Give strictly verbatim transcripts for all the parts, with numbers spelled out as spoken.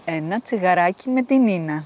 Ένα τσιγαράκι με την Nina.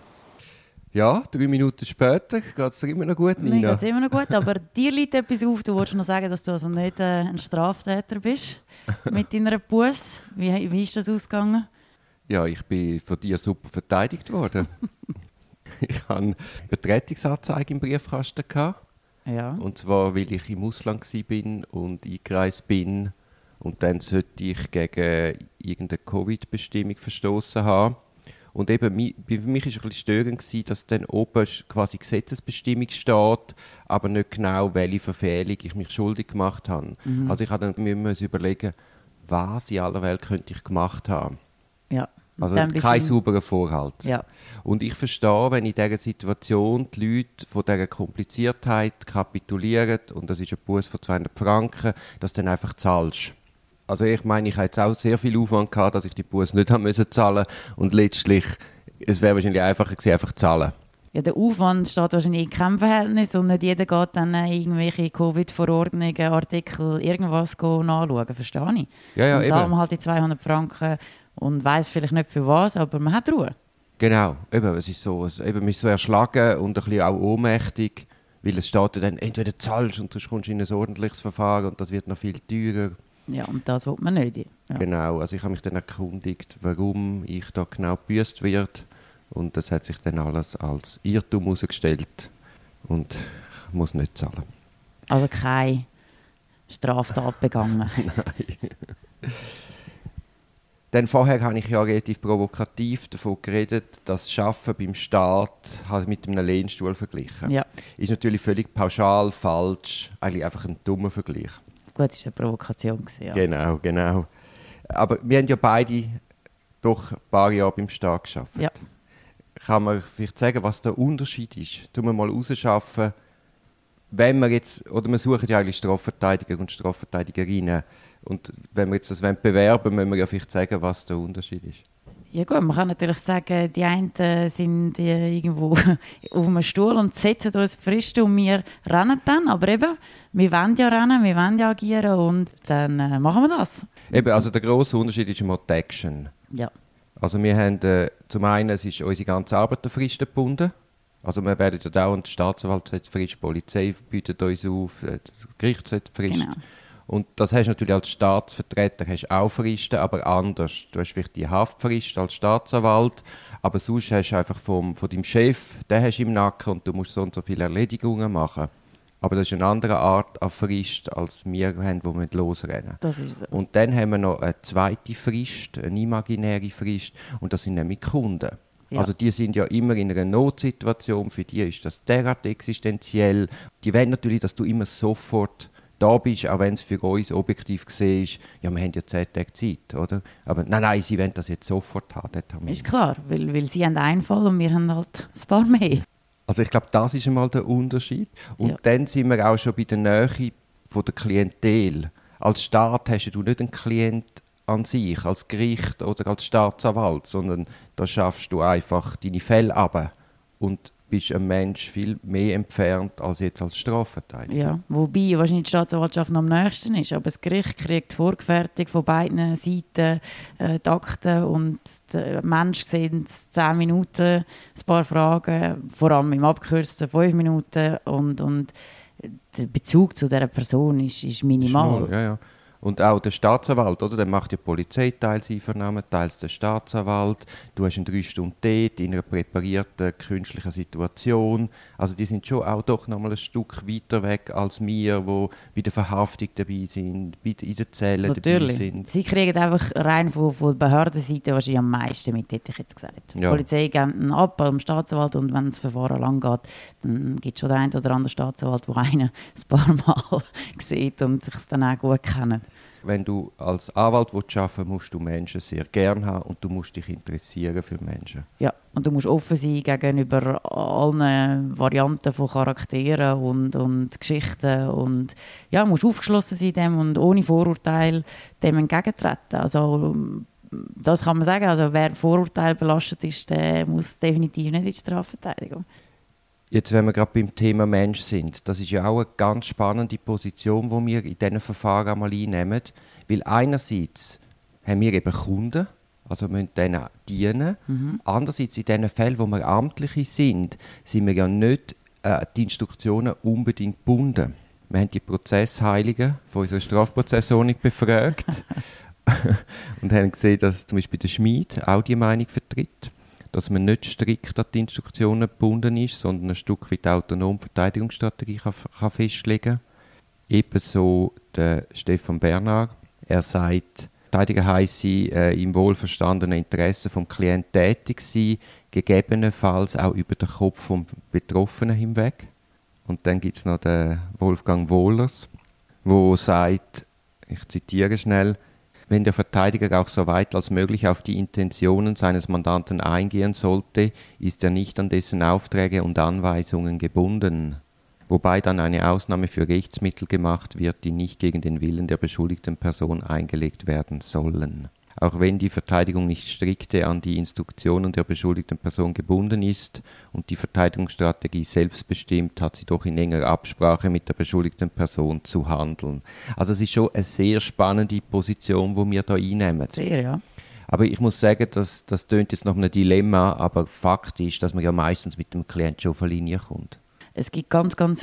Ja, drei Minuten später geht es dir immer noch gut, Nina. Mir geht es immer noch gut, aber dir liegt etwas auf. Du wolltest noch sagen, dass du also nicht äh, ein Straftäter bist mit deiner Busse. Wie, wie ist das ausgegangen? Ja, ich bin von dir super verteidigt worden. Ich hatte eine Betretungsanzeige im Briefkasten gehabt. Ja. Und zwar, weil ich im Ausland war und eingereist bin. Und dann sollte ich gegen irgendeine Covid-Bestimmung verstoßen haben. Und eben, für mich war es ein bisschen störend, dass dann oben quasi Gesetzesbestimmung steht, aber nicht genau, welche Verfehlung ich mich schuldig gemacht habe. Mhm. Also ich musste dann mir überlegen, was in aller Welt könnte ich gemacht haben. Ja. Also kein sauberer Vorhalt. Ja. Und ich verstehe, wenn in dieser Situation die Leute von dieser Kompliziertheit kapitulieren, und das ist ein Buß von zweihundert Franken, dass du dann einfach zahlst. Also ich meine, ich hatte jetzt auch sehr viel Aufwand gehabt, dass ich die Buß nicht haben müssen zahlen, und letztlich, es wäre wahrscheinlich einfacher gewesen, einfach zahlen. Ja, der Aufwand steht wahrscheinlich in keinem Verhältnis und nicht jeder geht dann irgendwelche Covid-Verordnungen, Artikel, irgendwas nachschauen, verstehe ich. Ja, ja, und eben. zahlt man halt die zweihundert Franken und weiss vielleicht nicht für was, aber man hat Ruhe. Genau, eben, es ist so, es, eben, man ist so erschlagen und ein bisschen auch ohnmächtig, weil es steht dann, entweder zahlst und sonst kommst du in ein ordentliches Verfahren und das wird noch viel teurer. Ja, und das will man nicht. Ja. Genau, also ich habe mich dann erkundigt, warum ich da genau gebüßt werde. Und das hat sich dann alles als Irrtum herausgestellt und ich muss nicht zahlen. Also keine Straftat begangen? Nein. Dann vorher habe ich ja relativ provokativ davon geredet, dass das Arbeiten beim Staat halt mit einem Lehnstuhl verglichen. Ja. Ist natürlich völlig pauschal, falsch, eigentlich einfach ein dummer Vergleich. Gut, das war eine Provokation. Ja. Genau, genau. Aber wir haben ja beide doch ein paar Jahre beim Staat gearbeitet. Ja. Kann man vielleicht sagen, was der Unterschied ist? Tun wir mal rausschaffen, wenn wir jetzt, oder wir suchen ja eigentlich Strafverteidiger und Strafverteidigerinnen, und wenn wir jetzt das bewerben wollen, müssen wir ja vielleicht sagen, was der Unterschied ist. Ja gut, man kann natürlich sagen, die einen sind irgendwo auf einem Stuhl und setzen uns Fristen und wir rennen dann. Aber eben, wir wollen ja rennen, wir wollen ja agieren und dann äh, machen wir das. Eben, also der grosse Unterschied ist immer die Action. Ja. Also wir haben, äh, zum einen es ist unsere ganze Arbeit an Fristen gebunden. Also wir werden ja dauernd, die Staatsanwalt setzt Frist, die Polizei bietet uns auf, das Gericht setzt Frist. Genau. Und das hast du natürlich als Staatsvertreter hast auch Fristen, aber anders. Du hast vielleicht die Haftfrist als Staatsanwalt, aber sonst hast du einfach vom, von deinem Chef, den hast du im Nacken und du musst so und so viele Erledigungen machen. Aber das ist eine andere Art an Frist, als wir haben, wo wir losrennen. Das ist so. Und dann haben wir noch eine zweite Frist, eine imaginäre Frist, und das sind nämlich Kunden. Ja. Also die sind ja immer in einer Notsituation, für die ist das derart existenziell. Die wollen natürlich, dass du immer sofort da bist, auch wenn es für uns objektiv gesehen ist, ja, wir haben ja zehn Tage Zeit, oder? Aber nein, nein, sie wollen das jetzt sofort haben. haben ist klar, weil, weil sie haben einen Fall und wir haben halt ein paar mehr. Also ich glaube, das ist einmal der Unterschied. Und ja. Dann sind wir auch schon bei der Nähe von der Klientel. Als Staat hast du nicht einen Klient an sich, als Gericht oder als Staatsanwalt, sondern da schaffst du einfach deine Fälle ab und bist ein Mensch viel mehr entfernt als jetzt als Strafverteidiger. Ja, wobei wahrscheinlich die Staatsanwaltschaft noch am nächsten ist, aber das Gericht kriegt vorgefertigt von beiden Seiten äh, die Akten und der Mensch sieht in zehn Minuten ein paar Fragen, vor allem im abgekürzten fünf Minuten und, und der Bezug zu dieser Person ist, ist minimal. Ist ja, ja. Und auch der Staatsanwalt, oder? Der macht die Polizei teils Einvernahmen, teils der Staatsanwalt. Du hast ihn drei Stunden dort in einer präparierten künstlichen Situation. Also die sind schon auch doch noch mal ein Stück weiter weg als wir, die bei der Verhaftung dabei sind, in den Zellen Natürlich. dabei sind. Sie kriegen einfach rein von, von der Behördenseite wahrscheinlich am meisten mit, hätte ich jetzt gesagt. Ja. Die Polizei gibt ihn ab am Staatsanwalt und wenn das Verfahren lang geht, dann gibt es schon den einen oder anderen Staatsanwalt, der einen ein paar Mal sieht und sich dann auch gut kennt. Wenn du als Anwalt arbeiten willst, musst du Menschen sehr gerne haben und du musst dich interessieren für Menschen. Ja, und du musst offen sein gegenüber allen Varianten von Charakteren und, und Geschichten und ja, musst aufgeschlossen sein dem und ohne Vorurteil dem entgegentreten. Also das kann man sagen, also wer Vorurteil belastet ist, der muss definitiv nicht in die Strafverteidigung. Jetzt, wenn wir gerade beim Thema Mensch sind, das ist ja auch eine ganz spannende Position, die wir in diesen Verfahren einmal einnehmen. Weil einerseits haben wir eben Kunden, Also müssen denen dienen. Mhm. Andererseits in den Fällen, wo wir Amtliche sind, sind wir ja nicht äh, die Instruktionen unbedingt gebunden. Wir haben die Prozessheiligen von unserer Strafprozessordnung befragt und haben gesehen, dass zum Beispiel der Schmied auch die Meinung vertritt, dass man nicht strikt an die Instruktionen gebunden ist, sondern ein Stück weit autonom Verteidigungsstrategie kann, kann festlegen kann. Ebenso der Stefan Bernard. Er sagt, Verteidiger heisse äh, im wohlverstandenen Interesse vom Klienten tätig sein, gegebenenfalls auch über den Kopf vom Betroffenen hinweg. Und dann gibt es noch den Wolfgang Wohlers, der sagt, ich zitiere schnell, wenn der Verteidiger auch so weit als möglich auf die Intentionen seines Mandanten eingehen sollte, ist er nicht an dessen Aufträge und Anweisungen gebunden. Wobei dann eine Ausnahme für Rechtsmittel gemacht wird, die nicht gegen den Willen der beschuldigten Person eingelegt werden sollen. Auch wenn die Verteidigung nicht strikte an die Instruktionen der beschuldigten Person gebunden ist und die Verteidigungsstrategie selbst bestimmt, hat sie doch in enger Absprache mit der beschuldigten Person zu handeln. Also es ist schon eine sehr spannende Position, die wir hier einnehmen. Sehr, ja. Aber ich muss sagen, das, das tönt jetzt nach einem Dilemma, aber Fakt ist, dass man ja meistens mit dem Klienten schon auf eine Linie kommt. Es gibt ganz, ganz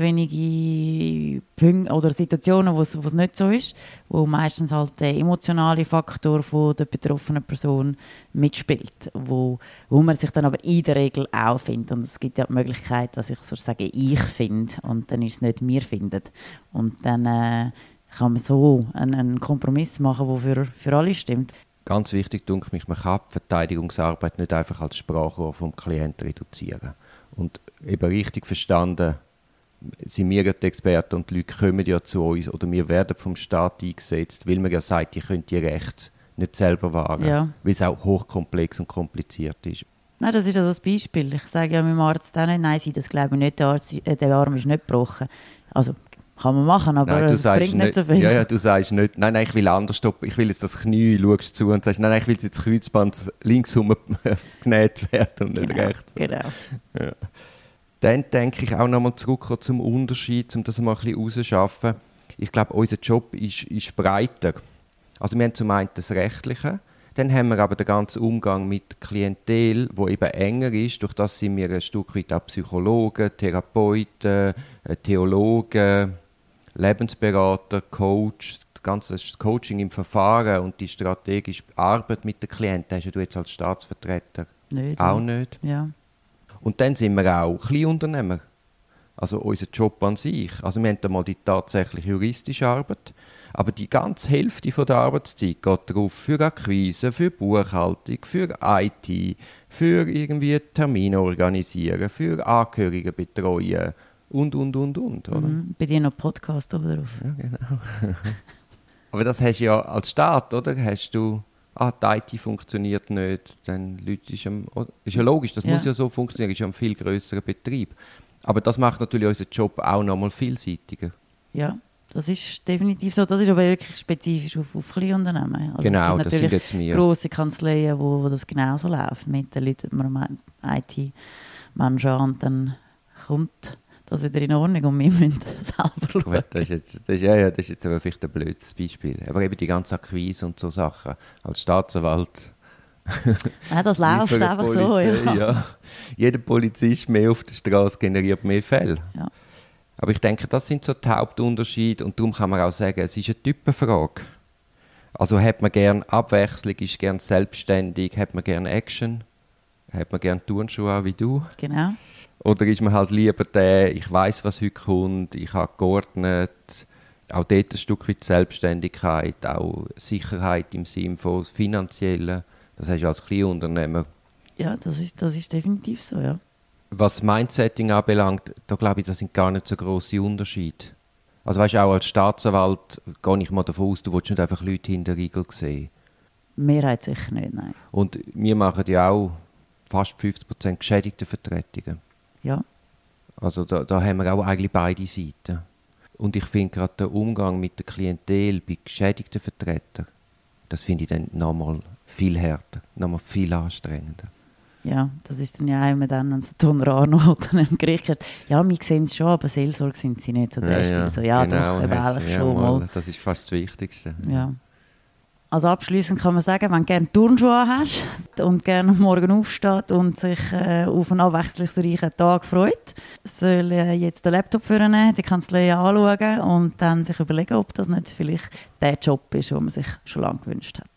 wenige Punkte oder Situationen, wo es, wo es nicht so ist, wo meistens halt der emotionale Faktor von der betroffenen Person mitspielt, wo, wo man sich dann aber in der Regel auch findet. Und es gibt ja die Möglichkeit, dass ich sozusagen ich finde und dann ist es nicht mir findet. Und dann äh, kann man so einen, einen Kompromiss machen, der für, für alle stimmt. Ganz wichtig, denke ich, man kann die Verteidigungsarbeit nicht einfach als Sprachrohr vom Klienten reduzieren. Und eben richtig verstanden, sind wir ja die Experten und die Leute kommen ja zu uns oder wir werden vom Staat eingesetzt, weil man ja sagt, ihr könnt die Rechte nicht selber wahren, ja. Weil es auch hochkomplex und kompliziert ist. Nein, das ist also das Beispiel. Ich sage ja meinem Arzt auch nicht, nein, sie, das glaube ich nicht, der, Arzt, äh, der Arm ist nicht gebrochen. Also kann man machen, aber nein, du es bringt nicht, nicht so viel. Ja, ja, du sagst nicht, nein, nein, ich will anders stoppen, ich will jetzt das Knie, schaust zu und sagst, nein, nein, ich will jetzt das Kreuzband links herum genäht werden und nicht genau, rechts. Genau. Ja. Dann denke ich auch nochmal zurück zum Unterschied, um das mal ein bisschen rauszuschaffen. Ich glaube, unser Job ist, ist breiter. Also wir haben zum einen das Rechtliche, dann haben wir aber den ganzen Umgang mit der Klientel, der eben enger ist. Durch das sind wir ein Stück weit auch Psychologen, Therapeuten, Theologen, Lebensberater, Coach, das ganze Coaching im Verfahren und die strategische Arbeit mit den Klienten hast du jetzt als Staatsvertreter nicht, auch ja. nicht. Ja. Und dann sind wir auch Kleinunternehmer. Also unser Job an sich. Also wir haben einmal die tatsächlich juristische Arbeit, aber die ganze Hälfte von der Arbeitszeit geht darauf für Akquise, für Buchhaltung, für I T, für irgendwie Termine organisieren, für Angehörige betreuen und, und, und, und. Oder? Mhm. Bei dir noch Podcast oben drauf. Ja, genau. Aber das hast du ja als Staat, oder? Hast du... ah, die I T funktioniert nicht, dann Leute ist, am, ist ja logisch, das ja. muss ja so funktionieren, ist ja ein viel grösserer Betrieb. Aber das macht natürlich unseren Job auch noch mal vielseitiger. Ja, das ist definitiv so. Das ist aber wirklich spezifisch auf, auf Kleinunternehmen. Also genau, es gibt das sind jetzt wir. Grosse Kanzleien, wo, wo das genauso läuft. Mit den Leuten, man I T-Menschen an und dann kommt das wieder in Ordnung und wir müssen selber schauen. Gut, das ist jetzt, das ist, ja, ja, das ist jetzt aber vielleicht ein blödes Beispiel. Aber eben die ganze Akquise und so Sachen. Als Staatsanwalt... ja, das läuft einfach Polizei, so, ja. ja. Jeder Polizist mehr auf der Straße generiert mehr Fälle. Ja. Aber ich denke, das sind so die Hauptunterschiede und darum kann man auch sagen, es ist eine Typenfrage. Also hat man gerne Abwechslung, ist gerne selbstständig, hat man gerne Action, hat man gerne Turnschuhe auch wie du. Genau. Oder ist man halt lieber der, ich weiss, was heute kommt, ich habe geordnet, auch dort ein Stück weit Selbstständigkeit, auch Sicherheit im Sinne von finanziellen. Das hast du als Kleinunternehmer. Ja, das ist, das ist definitiv so, ja. Was Mindsetting anbelangt, da glaube ich, das sind gar nicht so grosse Unterschiede. Also weißt du, auch als Staatsanwalt gehe ich mal davon aus, du willst nicht einfach Leute hinter Riegel sehen. Mehrheit sicher nicht, nein. Und wir machen ja auch fast fünfzig Prozent geschädigte Vertretungen. Ja. Also da, da haben wir auch eigentlich beide Seiten. Und ich finde gerade den Umgang mit der Klientel bei geschädigten Vertretern, das finde ich dann nochmal viel härter, nochmal viel anstrengender. Ja, das ist dann ja immer dann, wenn es der Honorar noch dann im Gericht hat. Ja, wir sehen es schon, aber Seelsorge sind sie nicht so der Ja, Stil. ja, Also, ja genau, doch, eben hast, eigentlich ja, schon mal. mal. Das ist fast das Wichtigste. Ja. Also abschliessend kann man sagen, wenn du gerne Turnschuhe hast und gerne morgen aufsteht und sich äh, auf einen abwechslungsreichen Tag freut, soll äh, jetzt den Laptop vornehmen, die Kanzlei anschauen und dann sich überlegen, ob das nicht vielleicht der Job ist, den man sich schon lange gewünscht hat.